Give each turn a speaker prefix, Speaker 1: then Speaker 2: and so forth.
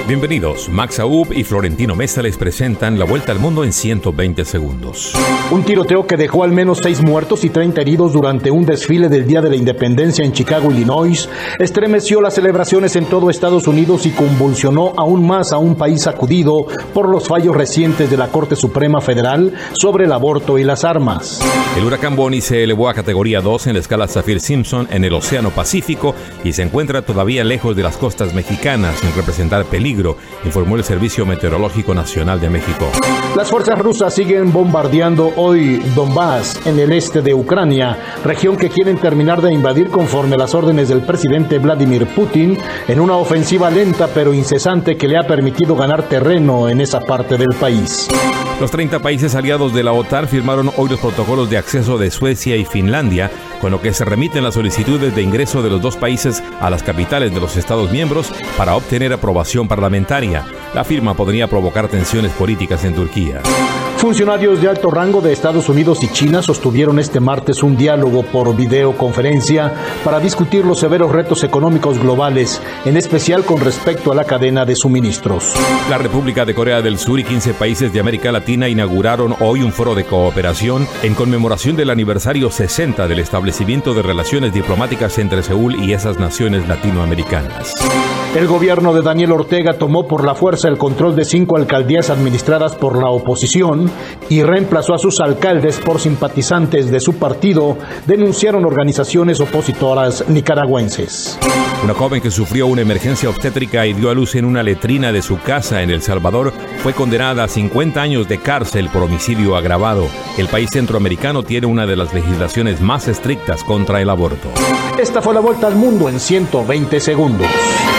Speaker 1: Bienvenidos, Max Aub y Florentino Mesa les presentan la vuelta al mundo en 120 segundos.
Speaker 2: Un tiroteo que dejó al menos 6 muertos y 30 heridos durante un desfile del Día de la Independencia en Chicago, Illinois, estremeció las celebraciones en todo Estados Unidos y convulsionó aún más a un país sacudido por los fallos recientes de la Corte Suprema Federal sobre el aborto y las armas.
Speaker 1: El huracán Bonnie se elevó a categoría 2 en la escala Saffir-Simpson en el Océano Pacífico y se encuentra todavía lejos de las costas mexicanas sin representar peligro, informó el Servicio Meteorológico Nacional de México.
Speaker 2: Las fuerzas rusas siguen bombardeando hoy Donbass, en el este de Ucrania, región que quieren terminar de invadir conforme las órdenes del presidente Vladimir Putin, en una ofensiva lenta pero incesante que le ha permitido ganar terreno en esa parte del país.
Speaker 1: Los 30 países aliados de la OTAN firmaron hoy los protocolos de acceso de Suecia y Finlandia, con lo que se remiten las solicitudes de ingreso de los dos países a las capitales de los Estados miembros para obtener aprobación parlamentaria. La firma podría provocar tensiones políticas en Turquía.
Speaker 2: Funcionarios de alto rango de Estados Unidos y China sostuvieron este martes un diálogo por videoconferencia para discutir los severos retos económicos globales, en especial con respecto a la cadena de suministros.
Speaker 1: La República de Corea del Sur y 15 países de América Latina inauguraron hoy un foro de cooperación en conmemoración del aniversario 60 del establecimiento de relaciones diplomáticas entre Seúl y esas naciones latinoamericanas.
Speaker 2: El gobierno de Daniel Ortega tomó por la fuerza el control de 5 alcaldías administradas por la oposición y reemplazó a sus alcaldes por simpatizantes de su partido, denunciaron organizaciones opositoras nicaragüenses.
Speaker 1: Una joven que sufrió una emergencia obstétrica y dio a luz en una letrina de su casa en El Salvador fue condenada a 50 años de cárcel por homicidio agravado. El país centroamericano tiene una de las legislaciones más estrictas contra el aborto.
Speaker 2: Esta fue la vuelta al mundo en 120 segundos.